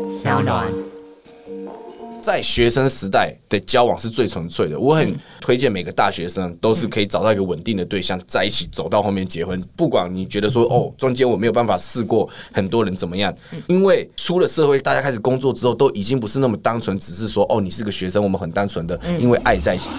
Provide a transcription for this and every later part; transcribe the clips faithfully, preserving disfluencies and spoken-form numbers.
小暖。 在学生时代的交往是最纯粹的，我很推荐每个大学生都是可以找到一个稳定的对象，在一起走到后面结婚。不管你觉得说哦，中间我没有办法试过很多人怎么样，因为出了社会，大家开始工作之后，都已经不是那么单纯，只是说哦，你是个学生，我们很单纯的因为爱在一起。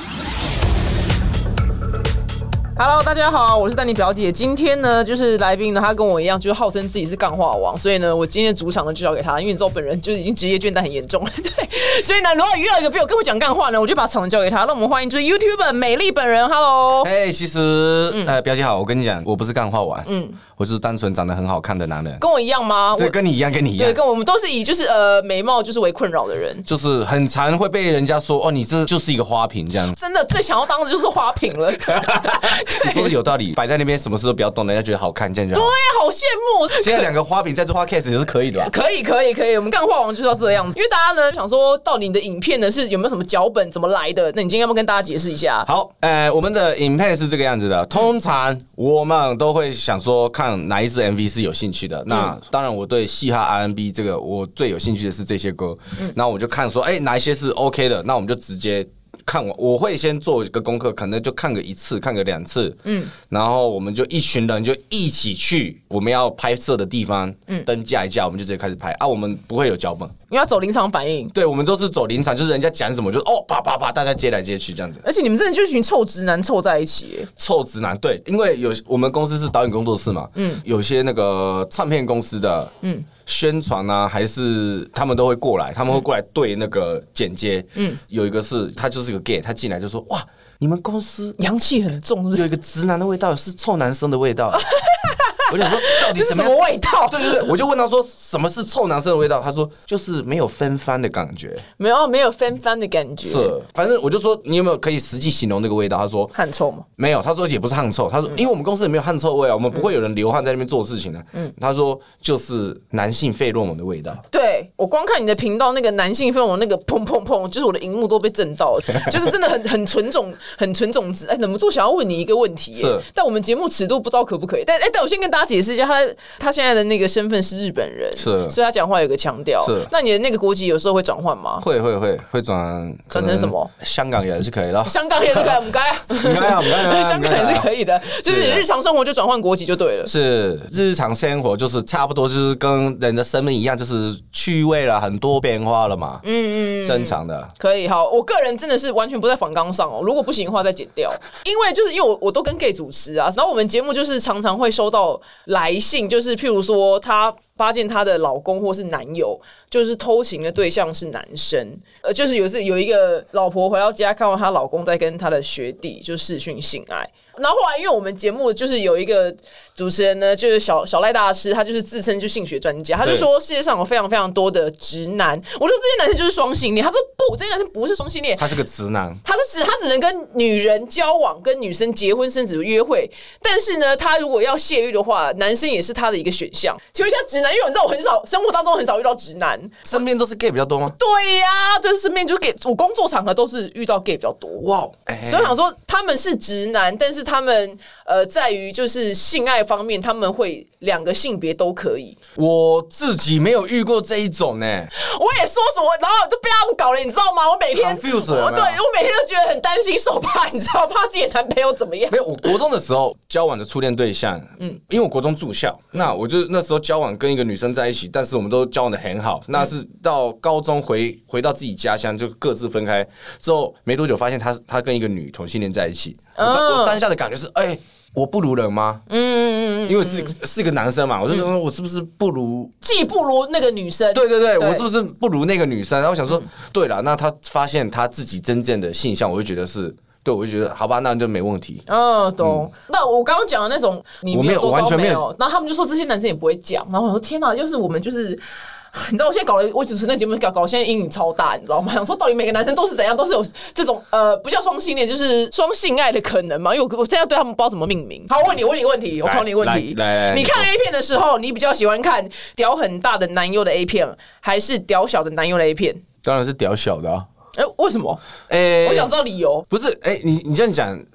Hello， 大家好，我是丹妮表姐。今天呢，就是来宾呢，他跟我一样，就是号称自己是干话王，所以呢，我今天的主场呢就交给他，因为你知道我本人就是已经职业倦怠很严重了，对，所以呢，如果遇到一个比我跟我讲干话呢，我就把场交给他。那我们欢迎就是 YouTuber 美丽本人 ，Hello。 哎、欸，其实、嗯、呃，表姐好，我跟你讲，我不是干话王，嗯，我就是单纯长得很好看的男人。 跟我一样吗？ 这跟你一样，跟你一样。 对，跟我们都是以就是呃美貌就是为困扰的人， 就是很常会被人家说哦，你这就是一个花瓶这样。 真的最想要当的就是花瓶了。 你说的有道理。摆在那边，什么事都不要动，人家觉得好看，这样就好。 对，好羡慕。 现在两个花瓶在做 podcast 也是可以的吧？ 可以，可以，可以。我们干话王就是要这样子，因为大家呢想说，到底你的影片呢是有没有什么脚本，怎么来的？那你今天要不要跟大家解释一下？ 好，呃，我们的影片是这个样子的。通常我们都会想说，看哪一支 M V 是有兴趣的。那当然，我对嘻哈 R and B 这个我最有兴趣的是这些歌。那我就看说，哎、欸，哪一些是 OK 的？那我们就直接。看我，我会先做一个功课，可能就看个一次，看个两次，嗯，然后我们就一群人就一起去我们要拍摄的地方，嗯，灯架一架，我们就直接开始拍啊。我们不会有脚本， 因为要走临场反应。 对，我们都是走临场，就是人家讲什么就哦啪啪啪，大家接来接去这样子。 而且你们真的就是一群臭直男凑在一起， 臭直男对，因为有我们公司是导演工作室嘛，嗯，有些那个唱片公司的，嗯。宣传啊，还是他们都会过来，他们会过来对那个剪接。嗯，有一个是他就是个 gay， 他进来就说：“哇，你们公司阳气很重是不是， 有一个直男的味道，是臭男生的味道。”我想说，到底什么味道？ 对对对，我就问他说，什么是臭男生的味道？他说就是没有分番的感觉， 没有没有分番的感觉。 是，反正我就说，你有没有可以实际形容那个味道？他说汗臭吗？ 没有，他说也不是汗臭。他说，因为我们公司也没有汗臭味啊，我们不会有人流汗在那边做事情的。嗯，他说就是男性费洛蒙的味道。 对，我光看你的频道那个男性费洛蒙那个砰砰砰，就是我的荧幕都被震到了，就是真的很很纯种很纯种子。哎，忍不住想要问你一个问题，是，但我们节目尺度不知道可不可以？但哎，但我先跟大家解释一下，他。他现在的那个身份是日本人，是，所以他讲话有个腔调。是，那你的那个国籍有时候会转换吗？ 会会会会转， 转成什么？ 香港也是可以的， 香港也是可以，我们该啊， 我们该啊，我们该啊， 香港也是可以的，就是你日常生活就转换国籍就对了。 是，日常生活就是差不多，就是跟人的生命一样，就是趣味了，很多变化了嘛。嗯嗯，正常的。 可以，好，我个人真的是完全不在访纲上哦，如果不行的话再剪掉，因为就是因为我我都跟 gay 主持啊，然后我们节目就是常常会收到来信。就是譬如说，她发现她的老公或是男友，就是偷情的对象是男生，呃，就是有一次有一个老婆回到家，看到她老公在跟她的学弟就视讯性爱。然后后来，因为我们节目就是有一个主持人呢，就是小小赖大师，他就是自称就性学专家，他就说世界上有非常非常多的直男。我说这些男生就是双性恋，他说不，这些男生不是双性恋， 他是个直男， 他是指他只能跟女人交往，跟女生结婚生子约会，但是呢，他如果要泄欲的话，男生也是他的一个选项。请问一下直男，因为你知道我很少生活当中很少遇到直男， 身边都是 gay 比较多吗？ 对呀、啊，就是身边就 gay， 我工作场合都是遇到 gay 比较多。哇，欸、所以我想说他们是直男，但是他们呃在于就是性爱方面，他们会两个性别都可以。 我自己没有遇过这一种呢、欸， 我也说什么，然后就被他们搞了，你知道吗？我每天 confused 了， 对我每天都觉得很担心受怕，你知道，怕自己的男朋友怎么样？ 没有，我国中的时候交往的初恋对象，嗯，因为我国中住校，那我就那时候交往跟一个女生在一起，但是我们都交往的很好。那是到高中回回到自己家乡，就各自分开之后没多久，发现他他跟一个女同性恋在一起，我, 我当下的感觉是，哎、欸。我不如人吗？嗯嗯嗯，因为是是个男生嘛，我就说我是不是不如， 既不如那个女生， 对对 对, 对，我是不是不如那个女生？然后我想说，嗯、对了，那他发现他自己真正的性向，我就觉得是。对，我就觉得好吧，那就没问题。 嗯，懂。嗯、那我刚刚讲的那种，你没有做到，我完全没有。然后他们就说这些男生也不会讲，然后我说天哪，要是我们就是。你知道我现在搞了，我主持那节目搞搞，现在阴影超大，你知道吗？想说到底每个男生都是怎样，都是有这种呃，不叫双性恋，就是双性爱的可能嘛？因为我我现在对他们不知道怎么命名。好，我问你，问你一个问题，我考你一个问题。来，你看 A 片的时候，你比较喜欢看屌很大的男优的 A 片，还是屌小的男优的 A 片？ 当然是屌小的啊。 哎、欸，为什么？哎、欸，我想知道理由。 不是，哎、欸，你你这样讲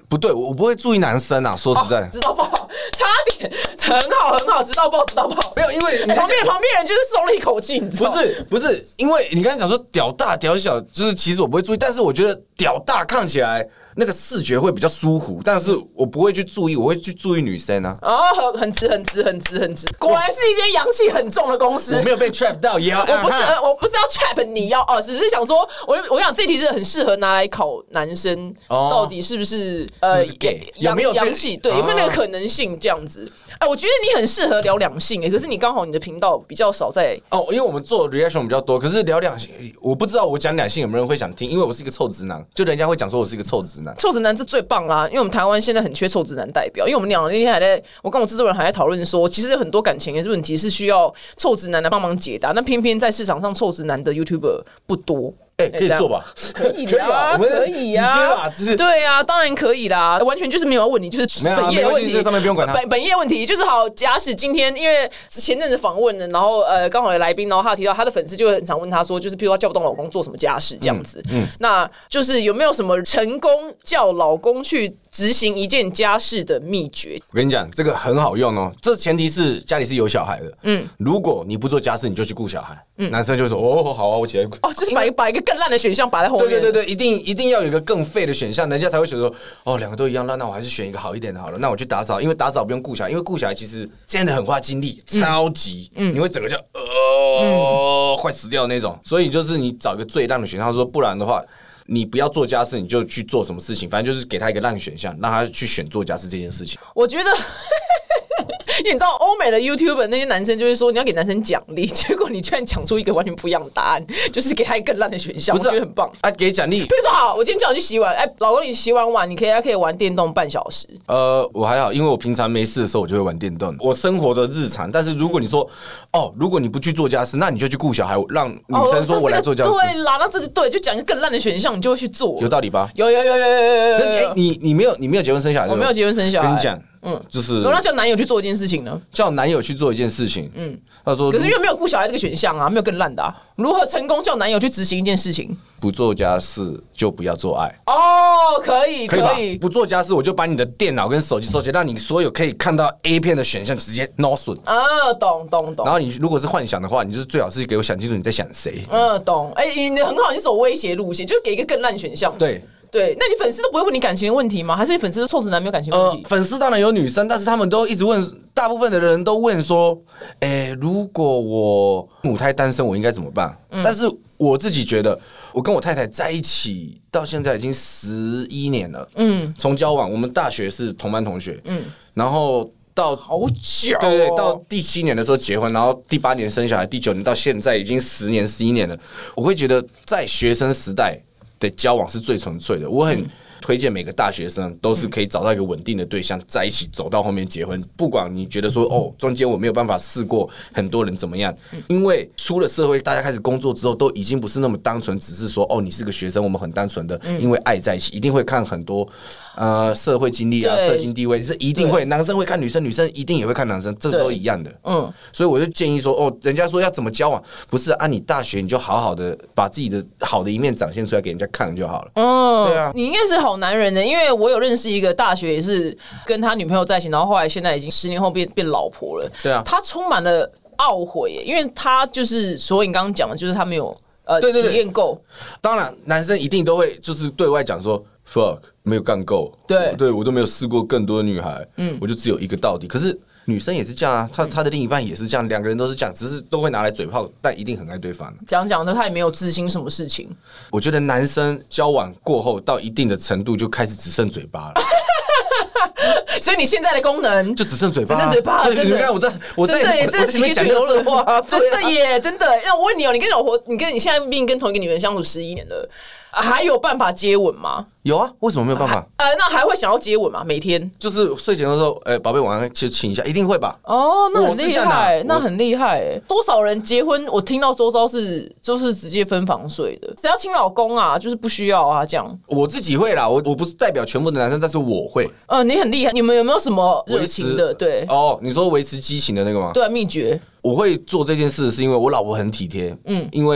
不对，我不会注意男生啊。说实在， 哦、知道爆，差点，很好很好，知道爆知道爆。 没有，因为你旁边旁边人就是松了一口气，你知道不是不是，因为你刚才讲说屌大屌小，就是其实我不会注意，但是我觉得屌大看起来那个视觉会比较舒服，但是我不会去注意，我会去注意女生啊。 哦，很很直很直很直很直，果然是一间阳气很重的公司。 我没有被 trap 到，也要我不是我不是要 trap 你要哦，只是想说，我我想这题是很适合拿来考男生，哦、到底是不是呃是不是 gay 阳有没有阳气？对，有没有那个可能性这样子？哎，我觉得你很适合聊两性哎，可是你刚好你的频道比较少在哦，因为我们做 reaction 比较多，可是聊两性，我不知道我讲两性有没有人会想听，因为我是一个臭直男，就人家会讲说我是一个臭直男， 臭直男这最棒啦，因为我们台湾现在很缺臭直男代表，因为我们两个那天还在，我跟我制作人还在讨论说，其实有很多感情的问题是需要臭直男来帮忙解答，那偏偏在市场上臭直男的 YouTuber 不多。 哎、欸，可以做吧？ 可以啊，可以啊， 直接吧，直接对啊，当然可以啦，完全就是没有要问你，就是本业问题， 这上面不用管他。 本本业问题就是好，假使今天因为前阵子访问了，然后呃刚好有来宾，然后他提到他的粉丝就会很常问他说，就是譬如说叫不动老公做什么家事这样子，嗯，嗯那就是有没有什么成功叫老公去执行一件家事的秘诀？ 我跟你讲，这个很好用哦，这前提是家里是有小孩的，嗯，如果你不做家事，你就去顾小孩，嗯，男生就说哦好啊，我起来哦，就是把把一个更烂的选项摆在后面。 对对对对，一定一定要有一个更废的选项，人家才会觉得说，哦，两个都一样，那那我还是选一个好一点的好了。那我去打扫，因为打扫不用顾小孩，因为顾小孩其实真的很花精力，超级，嗯，你会整个就呃快死掉那种。所以就是你找一个最烂的选项，说不然的话。你不要做家事，你就去做什么事情，反正就是给他一个烂选项，让他去选做家事这件事情。 我觉得。因为你知道欧美的 YouTuber 那些男生就会说你要给男生奖励，结果你居然讲出一个完全不一样的答案，就是给他一个更烂的选项，我觉得很棒啊！给奖励， 比如说好，我今天叫你去洗碗，哎，老公你洗完碗，你可以还可以玩电动半小时。 呃，我还好，因为我平常没事的时候我就会玩电动，我生活的日常。但是如果你说哦，如果你不去做家事，那你就去顾小孩，让女生说我来做家事。 哦、对啦，那这是对，就讲一个更烂的选项，你就会去做， 有道理吧？ 有有有有有有有。 哎，你你没有你没有结婚生小孩， 我没有结婚生小孩。 跟你讲。嗯，就是我让叫男友去做一件事情呢， 叫男友去做一件事情。嗯，他说， 可是因为没有顾小孩这个选项啊，没有更烂的啊。如何成功叫男友去执行一件事情？ 不做家事就不要做爱。 哦，可以，可以， 可以不做家事，我就把你的电脑跟手机收起来，让你所有可以看到 A 片的选项直接 no 损。 啊，懂懂懂。 然后你如果是幻想的话，你就是最好是给我想清楚你在想谁。 嗯，懂。哎、欸，你很好，你走威胁路线，就是给一个更烂选项。 对。 对，那你粉丝都不会问你感情的问题吗？还是你粉丝都臭直男没有感情问题？ 呃，粉丝当然有女生，但是他们都一直问，大部分的人都问说，哎、欸，如果我母胎单身，我应该怎么办？嗯、但是我自己觉得，我跟我太太在一起到现在已经十一年了，嗯，从交往，我们大学是同班同学，嗯，然后。到好久、哦， 对对，到第七年的时候结婚，然后第八年生小孩，第九年到现在已经十年、十一年了。我会觉得在学生时代的交往是最纯粹的。我很推荐每个大学生都是可以找到一个稳定的对象，在一起走到后面结婚。不管你觉得说哦，中间我没有办法试过很多人怎么样，因为出了社会，大家开始工作之后，都已经不是那么单纯，只是说哦，你是个学生，我们很单纯的因为爱在一起，一定会看很多。呃，社会经历啊，社经地位是一定会，男生会看女生，女生一定也会看男生，这个都一样的。嗯，所以我就建议说，哦，人家说要怎么交往，不是按、啊、你大学你就好好的把自己的好的一面展现出来给人家看就好了。 嗯，对啊，你应该是好男人的，因为我有认识一个大学也是跟他女朋友在一起，然后后来现在已经十年后变变老婆了。 对啊， 他充满了懊悔，因为他就是所以你刚刚讲的，就是他没有呃对对对体验够。 当然，男生一定都会就是对外讲说。fuck 没有干够， 对对，我都没有试过更多的女孩，嗯，我就只有一个到底。可是女生也是这样啊，她她的另一半也是这样，两个人都是这样，只是都会拿来嘴炮，但一定很爱对方。 讲讲的他也没有自信什么事情。 我觉得男生交往过后到一定的程度就开始只剩嘴巴了。 所以你现在的功能就只剩嘴巴， 只剩嘴巴。 所以你看我在我在我在前面讲乐色话， 真的耶，真的。那我问你哦，你跟老婆，你跟你现在毕竟跟同一个女人相处十一年了，还有办法接吻吗？ 有啊，为什么没有办法？ 呃，那还会想要接吻吗？每天就是睡前的时候，哎、欸，宝贝，晚上去亲一下，一定会吧？ 哦，那很厉害，那很厉害。多少人结婚？我听到周遭是就是直接分房睡的，只要亲老公啊，就是不需要啊，这样。 我自己会啦，我我不是代表全部的男生，但是我会。 呃，你很厉害，你们有没有什么热情的？对， 哦，你说维持激情的那个吗？ 对、啊，秘诀。 我会做这件事，是因为我老婆很体贴，嗯，因为。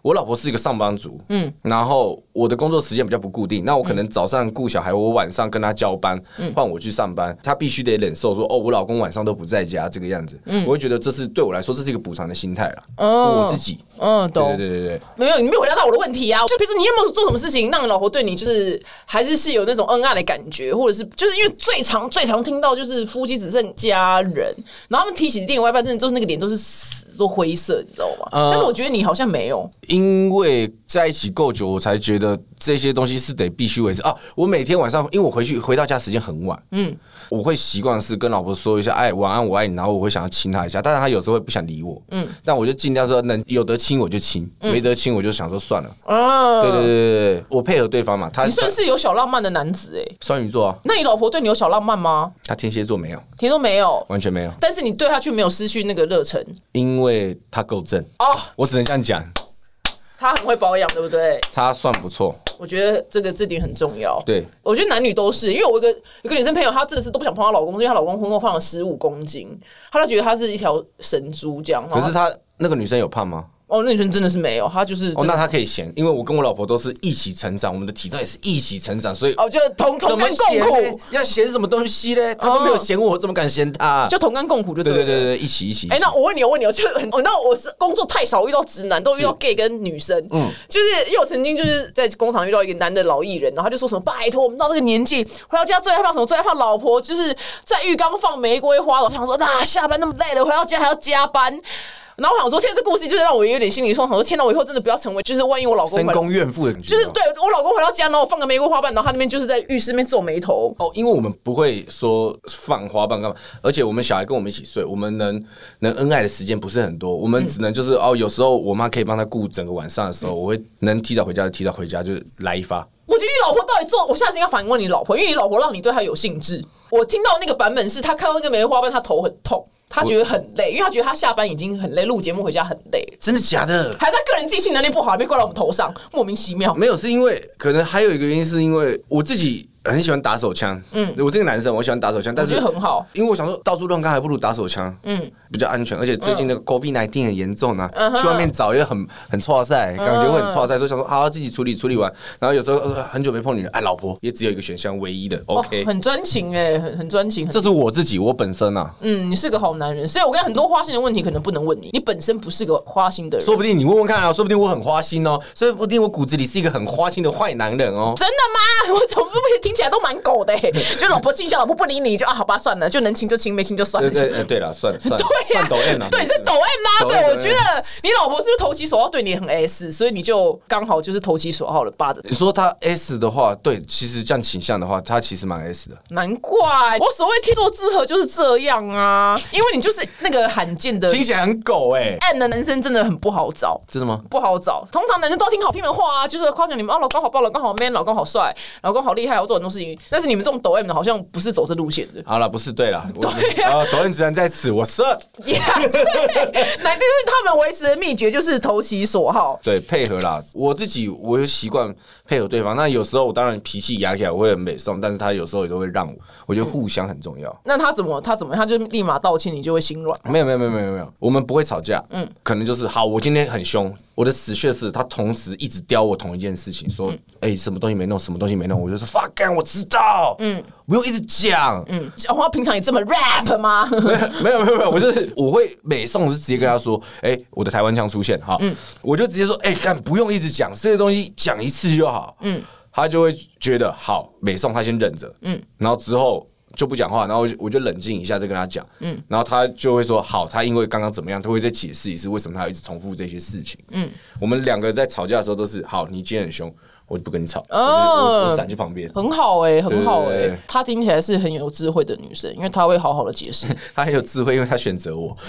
我老婆是一个上班族，嗯，然后我的工作时间比较不固定，那我可能早上顾小孩，我晚上跟他交班，换我去上班，他必须得忍受说哦，我老公晚上都不在家这个样子，嗯，我会觉得这是对我来说这是一个补偿的心态啦，哦，我自己， 嗯，懂， 对对对对， 没有，你没有回答到我的问题啊，就比如说你有没有做什么事情让你老婆对你就是还是是有那种恩爱的感觉，或者是就是因为最常最常听到就是夫妻只剩家人，然后他们提起另外一半，真的都是那个脸都是死都灰色，你知道吗？呃、但是我觉得你好像没有， 因为在一起够久，我才觉得这些东西是得必须维持啊。我每天晚上，因为我回去回到家时间很晚，嗯，我会习惯是跟老婆说一下，哎，晚安，我爱你，然后我会想要亲她一下，但是她有时候会不想理我，嗯，但我就尽量说能有得亲我就亲，嗯、没得亲我就想说算了，啊，对对对对对，我配合对方嘛，他你算是有小浪漫的男子哎、欸， 双鱼座啊， 那你老婆对你有小浪漫吗？ 他天蝎座没有， 天蝎座没有， 完全没有， 但是你对他却没有失去那个热忱， 因为他够正哦，我只能这样讲。 他很会保养，对不对？ 他算不错， 我觉得这个这点很重要。 对， 我觉得男女都是，因为我有一个有个女生朋友，她真的是都不想碰她老公，因为她老公婚后胖了十五公斤，她就觉得她是一条神猪这样。 可是她那个女生有胖吗？ 哦，那女生真的是没有，她就是哦，那她可以嫌，因为我跟我老婆都是一起成长，我们的体重也是一起成长，所以哦，就同同甘共苦。 要嫌什么东西嘞？她都没有嫌我，我怎么敢嫌她？ 就同甘共苦就对了。 对对对对，一起一起。 哎、欸，那我问你，我问你，我就很，那我是工作太少遇到直男，都遇到 gay 跟女生。嗯，就是因为我曾经就是在工厂遇到一个男的老艺人，然后他就说什么拜托，我们到这个年纪回到家最害怕什么？最害怕老婆就是在浴缸放玫瑰花。我想说，那下班那么累了，回到家还要加班。然后我想说，天，这故事就是让我有点心理创伤。说天哪，我以后真的不要成为，就是万一我老公深宫怨妇的感觉， 就是对我老公回到家，然后我放个玫瑰花瓣，然后他那边就是在浴室那边皱眉头。 哦，因为我们不会说放花瓣干嘛，而且我们小孩跟我们一起睡，我们能能恩爱的时间不是很多，我们只能就是、嗯、哦，有时候我妈可以帮他顾整个晚上的时候，嗯、我会能提早回家就提早回家，就来一发。 我觉得你老婆到底做，我下次应该反问你老婆，因为你老婆让你对她有兴致。我听到那个版本是，她看到那个玫瑰花瓣，她头很痛。他觉得很累，因为他觉得他下班已经很累，录节目回家很累。 真的假的？ 还在个人自信能力不好，还被怪到我们头上，莫名其妙。 没有，是因为可能还有一个原因，是因为我自己很喜欢打手枪。嗯，我是个男生，我喜欢打手枪，但是我觉得很好， 因为我想说到处乱干，还不如打手枪，嗯，比较安全。而且最近那个 COVID 十九 很严重啊，嗯、去外面找也很很挫赛，感觉会很挫赛，所以想说好好自己处理处理完。然后有时候、呃、很久没碰女人，哎，老婆也只有一个选项，唯一的 OK，、 哦、很专情哎、欸，很很专情。 这是我自己，我本身啊， 嗯，你是个好男人，所以我跟很多花心的问题可能不能问你，你本身不是个花心的人， 说不定你问问看啊，说不定我很花心哦，说不定我骨子里是一个很花心的坏男人哦。 真的吗？我怎么听起来都蛮狗的、欸，就老婆亲一下，老婆不理你就啊，好吧，算了，就能亲就亲，没亲就算了。 对对对了，算了算了， 对呀、啊， 抖 M 啊， 对，是抖 M 吗？对，我觉得你老婆是不是投其所好，对你很 S， 所以你就刚好就是投其所好了，扒着。 你说他 S 的话，对，其实这样倾向的话，他其实蛮 S 的。 难怪我所谓天作之合就是这样啊，因为你就是那个罕见的， 听起来很狗哎、 欸、，M 的男生真的很不好找， 真的吗？ 不好找，通常男生都听好听的话啊，就是夸奖你们啊，老公好棒，老公好 man， 老公好帅，老公好厉害，我做很多事情。但是你们这种抖 M 的，好像不是走这路线的。 好了，不是对了， 对啊， 啊，抖 M 只能在此，我是。 Yeah, 对，那就是他们维持的秘诀，就是投其所好， 对，配合啦。我自己我有习惯配合对方，那有时候我当然脾气压起来我会很美送，但是他有时候也都会让我，我觉得互相很重要。嗯、 那他怎么他怎么他就立马道歉，你就会心软？ 没有没有没有没有没有，我们不会吵架，嗯，可能就是好，我今天很凶，我的死穴是他同时一直刁我同一件事情，说哎、嗯欸、什么东西没弄，什么东西没弄，我就说 fuck， 干我知道，嗯，不用一直讲，嗯， 讲话平常也这么 rap 吗？ 没有没有没有，我就是我会美送，我是直接跟他说，哎、欸，我的台湾腔出现，好，嗯，我就直接说，哎、欸，干不用一直讲这些东西，讲一次就好，嗯，他就会觉得好，美送他先忍着，嗯，然后之后就不讲话，然后我就冷静一下再跟他讲，嗯，然后他就会说好，他因为刚刚怎么样，他会再解释一次为什么他要一直重复这些事情，嗯，我们两个在吵架的时候都是好，你今天很凶。我就不跟你吵，哦、我我闪去旁边， 很好哎、欸，很好哎、欸。她听起来是很有智慧的女生，因为她会好好的解释。 她很有智慧，因为她选择我，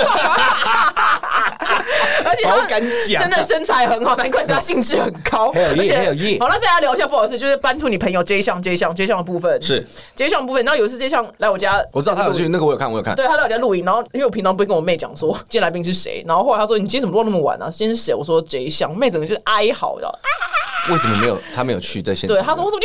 而且好敢讲， 真的身材很好，难怪她兴致很高。 还有业，还有业。 好，那再来聊一下，不好意思，就是搬出你朋友 J 项 J 项 J 项的部分， 是 J 项的部分。然后有一次 J 项来我家， 我知道他有去那个，我有看，我有看。 对，他来我家录影，然后因为我平常不会跟我妹讲说今天来宾是谁，然后后来他说你今天怎么录那么晚啊？今天是谁？我说 J 项，妹整个就是哀嚎，然后啊。 为什么没有？他没有去在现场。 对，他说：“我说你不要跟我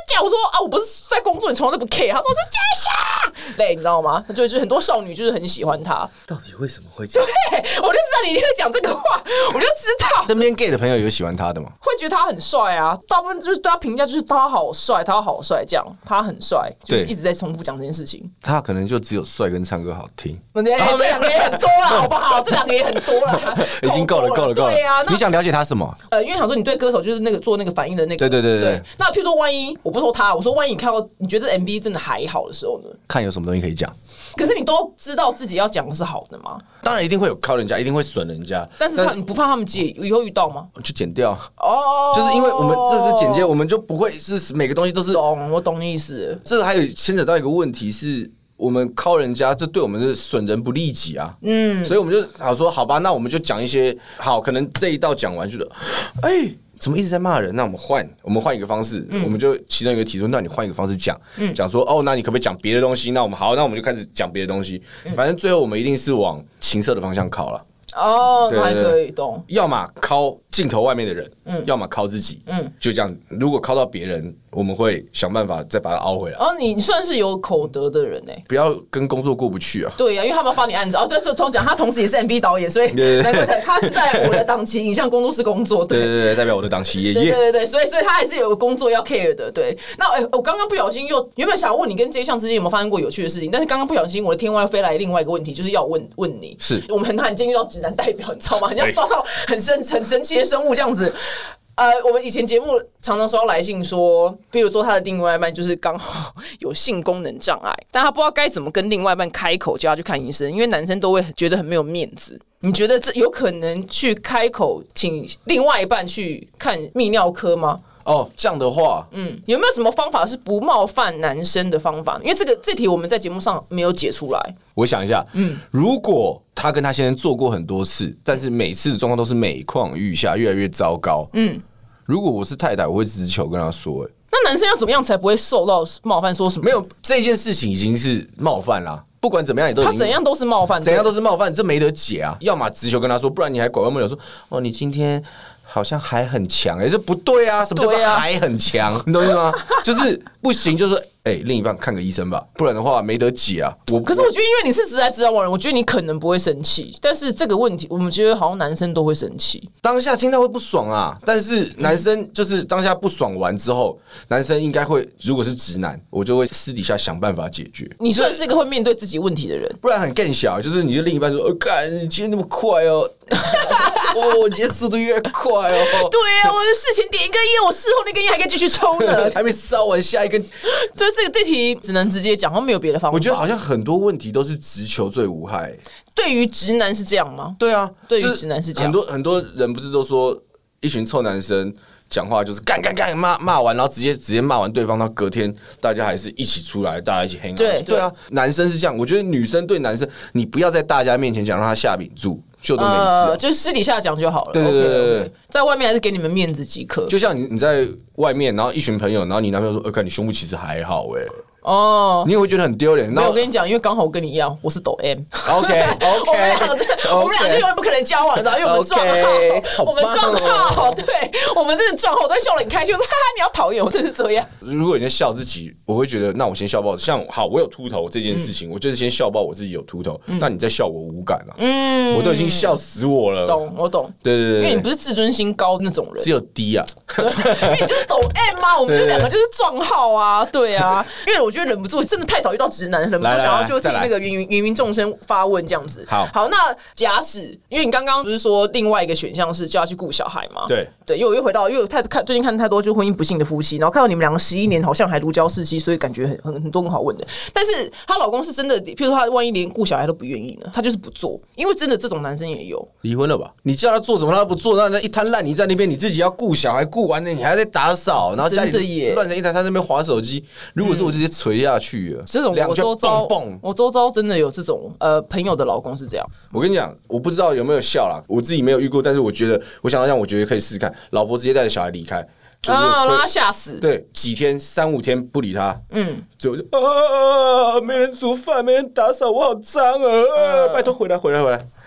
讲，我说啊，我不是在工作，你从来都不 care。他说是接下，对，你知道吗？就就很多少女就是很喜欢他。 到底为什么会这样？ 对，我就知道你一定会讲这个话，我就知道。 身边 gay 的朋友有喜欢他的吗？ 会觉得他很帅啊，大部分就是对他评价就是他好帅，他好帅，这样他很帅，就是一直在重复讲这件事情。 他可能就只有帅跟唱歌好听， 这两个也很多了，好不好？这两个也很多了， 已经够了，够了，够了。 对啊， 你想了解他什么？ 呃，因为想说你对歌手就是那个做那个反应的那个， 对对对 对, 对。 那譬如说，万一我不说他，我说万一你看到你觉得这 M V 真的还好的时候呢？ 看有什么东西可以讲。 可是你都知道自己要讲的是好的吗？ 当然一定会有靠人家，一定会损人家。 但是他你不怕他们接以后遇到吗？ 就剪掉哦， 就是因为我们这是剪接，我们就不会是每个东西都是。 懂，我懂你意思。 这个还有牵扯到一个问题是。我们靠人家，这对我们是损人不利己啊。嗯，所以我们就好说，好吧，那我们就讲一些好，可能这一道讲完，觉得，哎、欸，怎么一直在骂人？那我们换，我们换一个方式，嗯、我们就其中一个提出，那你换一个方式讲，讲、嗯、说，哦，那你可不可以讲别的东西？那我们好，那我们就开始讲别的东西。嗯、反正最后我们一定是往情色的方向靠了。 哦，那还可以懂。 要么靠镜头外面的人，嗯，要么靠自己，嗯，就这样。如果靠到别人，我们会想办法再把它凹回来。 哦，你算是有口德的人哎、欸， 不要跟工作过不去啊。 对呀、啊，因为他们要发你案子哦。对，所以通讲他同时也是 M V 导演，所以难怪他是在我的档期影像工作室工作。对对对对，代表我的档期耶。 对对对对，所以所以他还是有个工作要 care 的。对，那哎、欸，我刚刚不小心又原本想问你跟这一项之间有没有发生过有趣的事情，但是刚刚不小心我的天外飞来另外一个问题，就是要问问你， 是我们很罕见遇到直男代表，你知道吗？很像抓到很神很神奇的生物这样子。呃，我们以前节目常常收到来信说，比如说他的另外一半就是刚好有性功能障碍，但他不知道该怎么跟另外一半开口叫他去看医生，因为男生都会觉得很没有面子。你觉得这有可能去开口请另外一半去看泌尿科吗？ 哦，这样的话， 嗯，有没有什么方法是不冒犯男生的方法？因为这个这题我们在节目上没有解出来。 我想一下，嗯，如果他跟他先生做过很多次，但是每次的状况都是每况愈下，越来越糟糕，嗯，如果我是太太，我会直球跟他说、欸， 那男生要怎么样才不会受到冒犯？说什么？ 没有，这件事情已经是冒犯啦。不管怎么样，也都他怎样都是冒犯， 怎样都是冒犯，这没得解啊！要么直球跟他说，不然你还拐弯抹角说，哦，你今天好像还很强，哎、欸，这不对啊！什么叫做还很强？啊、你懂意思吗？就是不行，就是哎、欸，另一半看个医生吧，不然的话没得解啊！我可是我觉得，因为你是直来直往人，我觉得你可能不会生气，但是这个问题，我们觉得好像男生都会生气， 当下听到会不爽啊。但是男生就是当下不爽完之后，男生应该会，如果是直男，我就会私底下想办法解决。 你算是一个会面对自己问题的人， 不然很更小，就是你的另一半说，呃，干，你今天那么快哦。哦，你今天速度越快哦！ 对啊，我事前点一根烟，我事后那根烟还可以继续抽呢， 还没烧完下一根。 对，这个这题只能直接讲，好像没有别的方法。 我觉得好像很多问题都是直球最无害。 对于直男是这样吗？ 对啊， 对于直男是这样。 很多很多人不是都说一群臭男生讲话就是干干干骂骂完，然后直接直接骂完对方，到隔天大家还是一起出来，大家一起 hang out。对对啊，男生是这样，我觉得女生对男生，你不要在大家面前讲，让他下秉烛。就都没事、啊呃， 就是私底下讲就好了。 对对对 对, 對， okay, okay, 在外面还是给你们面子即可。 就像你你在外面，然后一群朋友，然后你男朋友说：“呃，看你胸部其实还好哎、欸。” 哦， 你也会觉得很丢脸。 那我跟你讲，因为刚好我跟你一样，我是抖 M。 OK OK， 我们俩就永远不可能交往，你知道？因为我们撞号，我们撞号，对，我们真的撞号，我在笑得很开心。我说：“哈哈，你要讨厌我，真是这样。” 如果你在笑自己，我会觉得，那我先笑爆。像好，我有秃头这件事情，嗯、我就是先笑爆我自己有秃头。嗯、那你在笑我无感啊？嗯，我都已经笑死我了。 懂，我懂。 对对 对, 對， 因为你不是自尊心高那种人， 只有低啊。 对，因为你就是抖 M 嘛，我们就两个就是撞号啊，对啊。因为我觉得忍不住，真的。太少遇到直男，忍不住想要就替那个芸芸芸芸众生发问这样子。 好， 好，那假使因为你刚刚不是说另外一个选项是叫他去顾小孩吗？ 对对，因为我又回到，因为我太看最近看太多就婚姻不幸的夫妻，然后看到你们两个十一年好像还如胶似漆，所以感觉很很很多很好问的。但是她老公是真的，譬如说他万一连顾小孩都不愿意呢，他就是不做，因为真的这种男生也有。 离婚了吧？你叫他做什么他不做，那那一滩烂泥在那边，你自己要顾小孩，顾完了你还在打扫，然后家里乱成一滩，他在那边滑手机。如果是我直接垂下去了， 这种我周遭我周遭真的有这种呃朋友的老公是这样。 我跟你讲，我不知道有没有效啦，我自己没有遇过，但是我觉得，我想到这样，我觉得可以试试看，老婆直接带着小孩离开。就是啊，让他吓死。 对，几天三五天不理他，嗯，最后就啊，没人煮饭，没人打扫，我好脏啊！呃、拜托回来，回来，回来。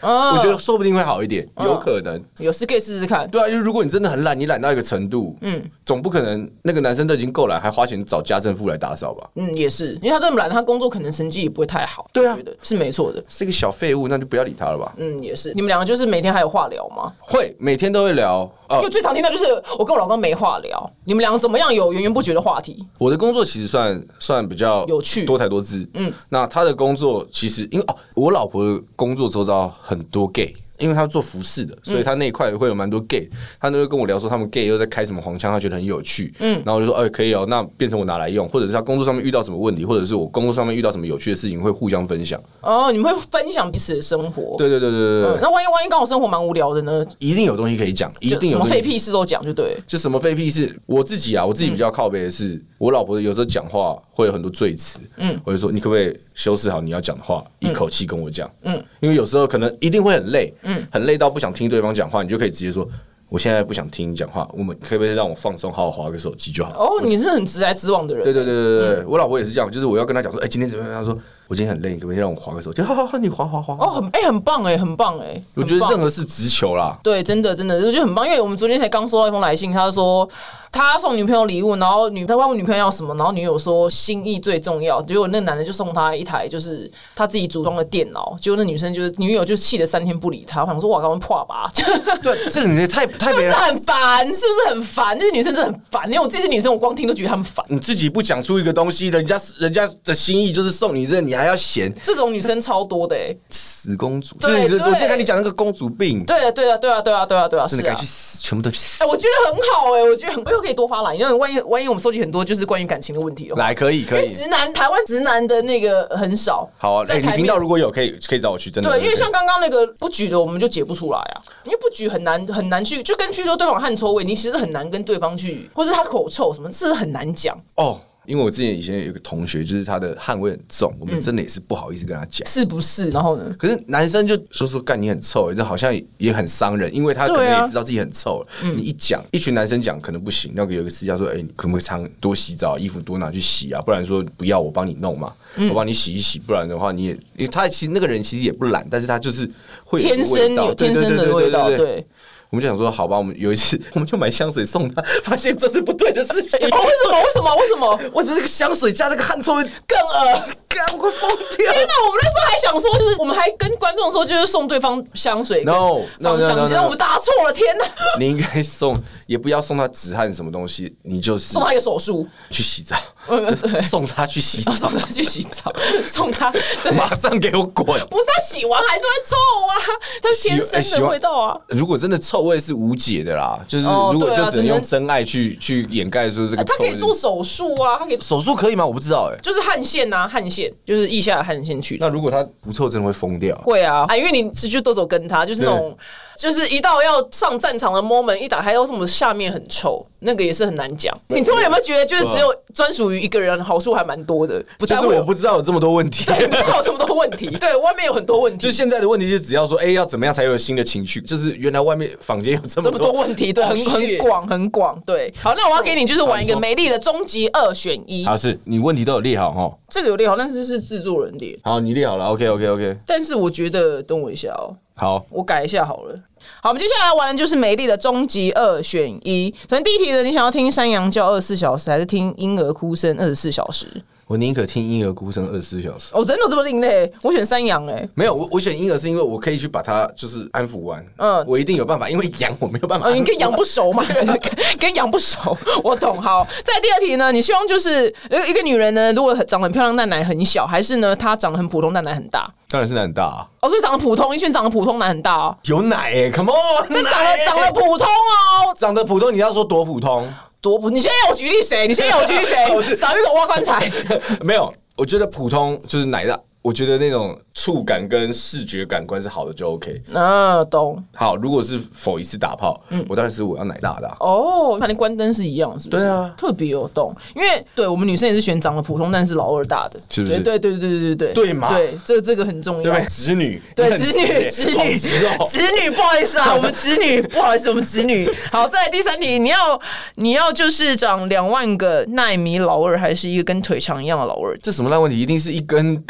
我觉得说不定会好一点，有可能。 有事可以试试看。 对啊，就是如果你真的很懒，你懒到一个程度，嗯，总不可能那个男生都已经够懒，还花钱找家政妇来打扫吧？ 嗯，也是，因为他这么懒，他工作可能成绩也不会太好。 对啊， 我觉得是没错的。 是一个小废物，那就不要理他了吧。 嗯，也是。你们两个就是每天还有话聊吗？ 会，每天都会聊。 因为最常听到就是我跟我老公没话聊，你们两个怎么样有源源不绝的话题？ 我的工作其实算算比较有趣、 多才多姿。嗯，那他的工作其实因为哦，我老婆的工作周遭很多 gay。因为他做服饰的，所以他那一块会有蛮多 gay，、嗯、他都会跟我聊说他们 gay 又在开什么黄腔，他觉得很有趣。嗯，然后我就说，哎、欸，可以哦，那变成我拿来用，或者是他工作上面遇到什么问题，或者是我工作上面遇到什么有趣的事情，会互相分享。 哦，你们会分享彼此的生活。 对对对对对对、嗯。 那万一万一刚好生活蛮无聊的呢？ 一定有东西可以讲，一定有什么废屁事都讲，就对。 就什么废屁事，我自己啊，我自己比较靠北的是，嗯、我老婆有时候讲话会有很多赘词，嗯，我就说你可不可以修饰好你要讲的话，一口气跟我讲，嗯，因为有时候可能一定会很累，嗯，很累到不想听对方讲话，你就可以直接说，我现在不想听你讲话，我们可不可以让我放松，好好滑个手机就好？ 哦，你是很直来直往的人。 对对对对对，嗯、我老婆也是这样，就是我要跟她讲说，哎、欸，今天怎么样？她说我今天很累，你可不可以让我滑个手机？好好好，你滑滑滑。 哦，很哎、欸，很棒哎、欸，很棒哎、欸。 我觉得任何事直球啦。 对，真的真的，我觉得很棒，因为我们昨天才刚收到一封来信，他说他送女朋友礼物，然后女他问女朋友要什么，然后女友说心意最重要，结果那男的就送他一台就是他自己组装的电脑，结果那女生就是女友就气了三天不理他，我想说哇，赶快破吧。 对，这个女的太太是不是很烦？是不是很烦？这些女生真的很烦，因为我自己是女生，我光听都觉得她们烦。 你自己不讲出一个东西，人家人家的心意就是送你这，你还要嫌。 这种女生超多的哎、欸， 死公主！对对，我之前跟你讲那个公主病。 对啊，对啊，对啊，对啊，对啊，对啊， 真的该去死，全部都去死。 哎，我觉得很好哎，我觉得很，以后可以多发来，因为万一万一我们收集很多就是关于感情的问题的话， 来可以可以。 直男台湾直男的那个很少。 好啊，哎，你频道如果有可以可以找我去，真的。 对，因为像刚刚那个不举的，我们就解不出来啊，因为不举很难很难去，就跟譬如说对方汗臭味，你其实很难跟对方去，或是他口臭什么，是很难讲哦。因为我之前以前有一个同学，就是他的汗味很重，我们真的也是不好意思跟他讲， 是不是？然后呢？ 可是男生就说说干你很臭，这好像也很伤人，因为他可能也知道自己很臭了。啊、你一讲，一群男生讲可能不行，那个有一个私教说，哎、欸，你可不可以常多洗澡，衣服多拿去洗啊？不然说不要我帮你弄嘛，嗯、我帮你洗一洗，不然的话你也，因为他其实那个人其实也不懒，但是他就是会有天生有天生的味道，对。 我们就想说，好吧，我们有一次我们就买香水送他，发现这是不对的事情。 哦，为什么？为什么？为什么？ 我只是个香水加这个汗臭味更恶， 干我快疯掉！ 天哪，我们那时候还想说，就是我们还跟观众说，就是送对方香水 ，no， 放香机，让我们答错了，天哪！ 你应该送，也不要送他止汗什么东西，你就是送他一个手术， 去洗澡，送他去洗澡， 送他去洗澡，送他， 马上给我滚！ 不是他洗完还是会臭啊，他是天生的味道啊。 如果真的臭味是无解的啦，就是如果就只能用真爱去去掩盖说这个臭味。 他可以做手术啊，他可以手术可以吗？我不知道哎， 就是汗腺啊，汗腺就是腋下的汗腺去除。 那如果他不臭，真的会疯掉？ 会啊，啊，因为你持续都走跟他，就是那种。就是一到要上战场的 moment， 一打开又什么下面很臭，那个也是很难讲。你突然有没有觉得，就是只有专属于一个人，好处还蛮多的？不就是我不知道有这么多问题， 对，不知道有这么多问题。对，外面有很多问题。 就是现在的问题，就只要说，哎、欸，要怎么样才有新的情趣？就是原来外面坊间有这么多这么多问题，对，很很广很广。对，好，那我要给你就是玩一个美丽的终极二选一。 好，是你问题都有列好哈。 这个有列好，但是是制作人列。 好，你列好了 ，OK OK OK。 但是我觉得，等我一下哦、喔。 好， 我改一下好了。好，我们接下来玩的就是美丽的终极二选一。首先第一题呢，你想要听山羊叫二十四小时，还是听婴儿哭声二十四小时？ 我宁可听婴儿哭声二十四小时。 哦，真的这么另类？我选山羊哎、欸。 没有，我我选婴儿是因为我可以去把它就是安抚完。嗯，我一定有办法，因为羊我没有办法。 哦，你跟羊不熟嘛？跟羊不熟，我懂。好，再第二题呢，你希望就是一个女人呢，如果长得很漂亮，但奶很小，还是呢她长得很普通，但奶很大？ 当然是奶很大啊。 哦，所以长得普通，一选长得普通，奶很大啊。 有奶哎、欸、，Come on！ 那长得长得普通哦， 长得普通，你要说多普通？ 多普？你现在要我举例谁？你现在要我举例谁？少一个挖棺材。 没有，我觉得普通就是奶大。我觉得那种触感跟视觉感官是好的就 OK。 啊，懂。 好，如果是否一次打炮，嗯，我当然是我要奶大的、啊。 哦，反正关灯是一样，是不是？ 对啊， 特别有懂。因为对我们女生也是选长得普通但是老二大的， 是不是？ 对对对对对对对， 对嘛？ 对，这这个很重要。 对，侄女， 对，侄女，侄女，侄女，不好意思啊，我们侄女，不好意思，我们侄女。好，再来第三题，你要你要就是长两万个奈米老二，还是一个跟腿长一样的老二？ 这什么烂问题？一定是一根跟腿一样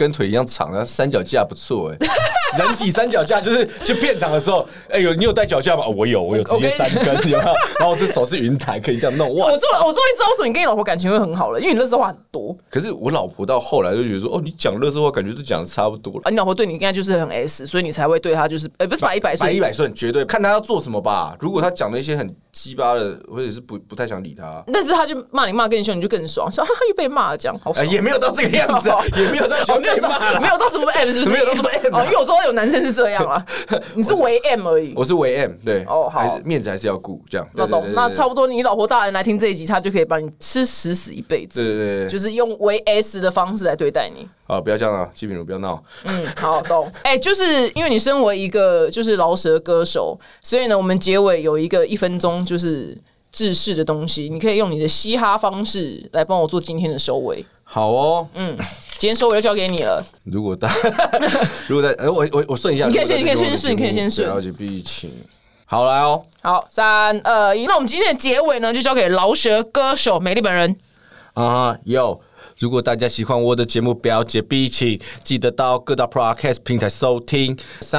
样长的三脚架不错哎、欸，人体三脚架就是去片场的时候，哎、欸、有你有带脚架吗？哦，我有，我有直接三根，有没有？然后我这手是云台，可以这样弄。哇！ 我终我终于知道说你跟你老婆感情会很好了，因为你垃圾话很多。 可是我老婆到后来就觉得说，哦，你讲垃圾话感觉都讲的差不多了。 啊，你老婆对你应该就是很 S， 所以你才会对她就是，哎、欸，不是百依百顺， 百依百顺，绝对看她要做什么吧。如果她讲的一些很鸡巴的，或者是不不太想理她， 但是她就骂你骂更凶，你就更爽，说哈哈又被骂了这样，好爽、 呃。也没有到这个样子、啊，也没有到喜欢被骂、 哦，没有到什么 M 是不是？ 没有到什么 M 哦，因为我知道有男生是这样啊，你是为 M 而已。 我是为 M， 对， 哦，好， 还是面子还是要顾，这样。 那懂，那差不多，你老婆大人来听这一集，他就可以把你吃死死一辈子。 对对对， 就是用为 S 的方式来对待你。 好，不要这样啊，季品如不要闹。 嗯，好，懂。哎、欸，就是因为你身为一个就是饶舌歌手，所以呢，我们结尾有一个一分钟就是制式的东西，你可以用你的嘻哈方式来帮我做今天的收尾。 好哦， 嗯，今天收尾就交给你了。 如果大，如果在，呃，我我我顺一下， 你可以先，你可以先顺，你可以先顺。 了解必请。好来哦， 好，三二一，那我们今天的结尾呢，就交给饶舌歌手美丽本人。 啊、uh, ，Yo。如果大家喜欢我的节目，表姐必请记得到各大 Podcast 平台收听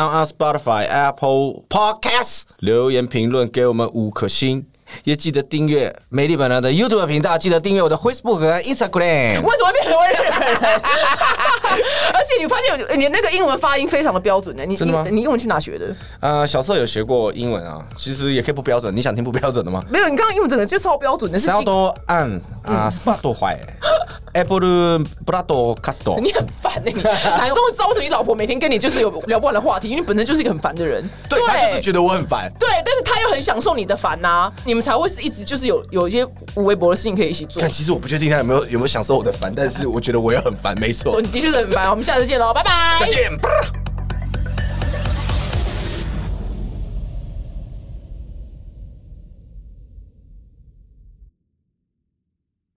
，Sound、Spotify、Apple Podcasts， 留言评论给我们五颗星，也记得订阅美丽本人的 YouTube 频道，记得订阅我的 Facebook 和 Instagram。 为什么会变成为日本人？而且你发现你那个英文发音非常的标准呢？你真的吗？ 你英文去哪学的？ 呃，小时候有学过英文啊，其实也可以不标准。你想听不标准的吗？ 没有，你刚刚英文整个就超标准的，是。 Sound 按啊 ，Spotify。Apple Brado Castro， 你很烦哎、欸！你难怪知道为什么你老婆每天跟你就是有聊不完的话题，因为你本身就是一个很烦的人。 对，他就是觉得我很烦。 对，但是他又很享受你的烦呐、啊，你们才会是一直就是有有一些无微博的事情可以一起做。 但其实我不确定他有没有有没有享受我的烦，但是我觉得我也很烦，没错。 你的确是很烦。我们下次见喽，拜拜。 再见。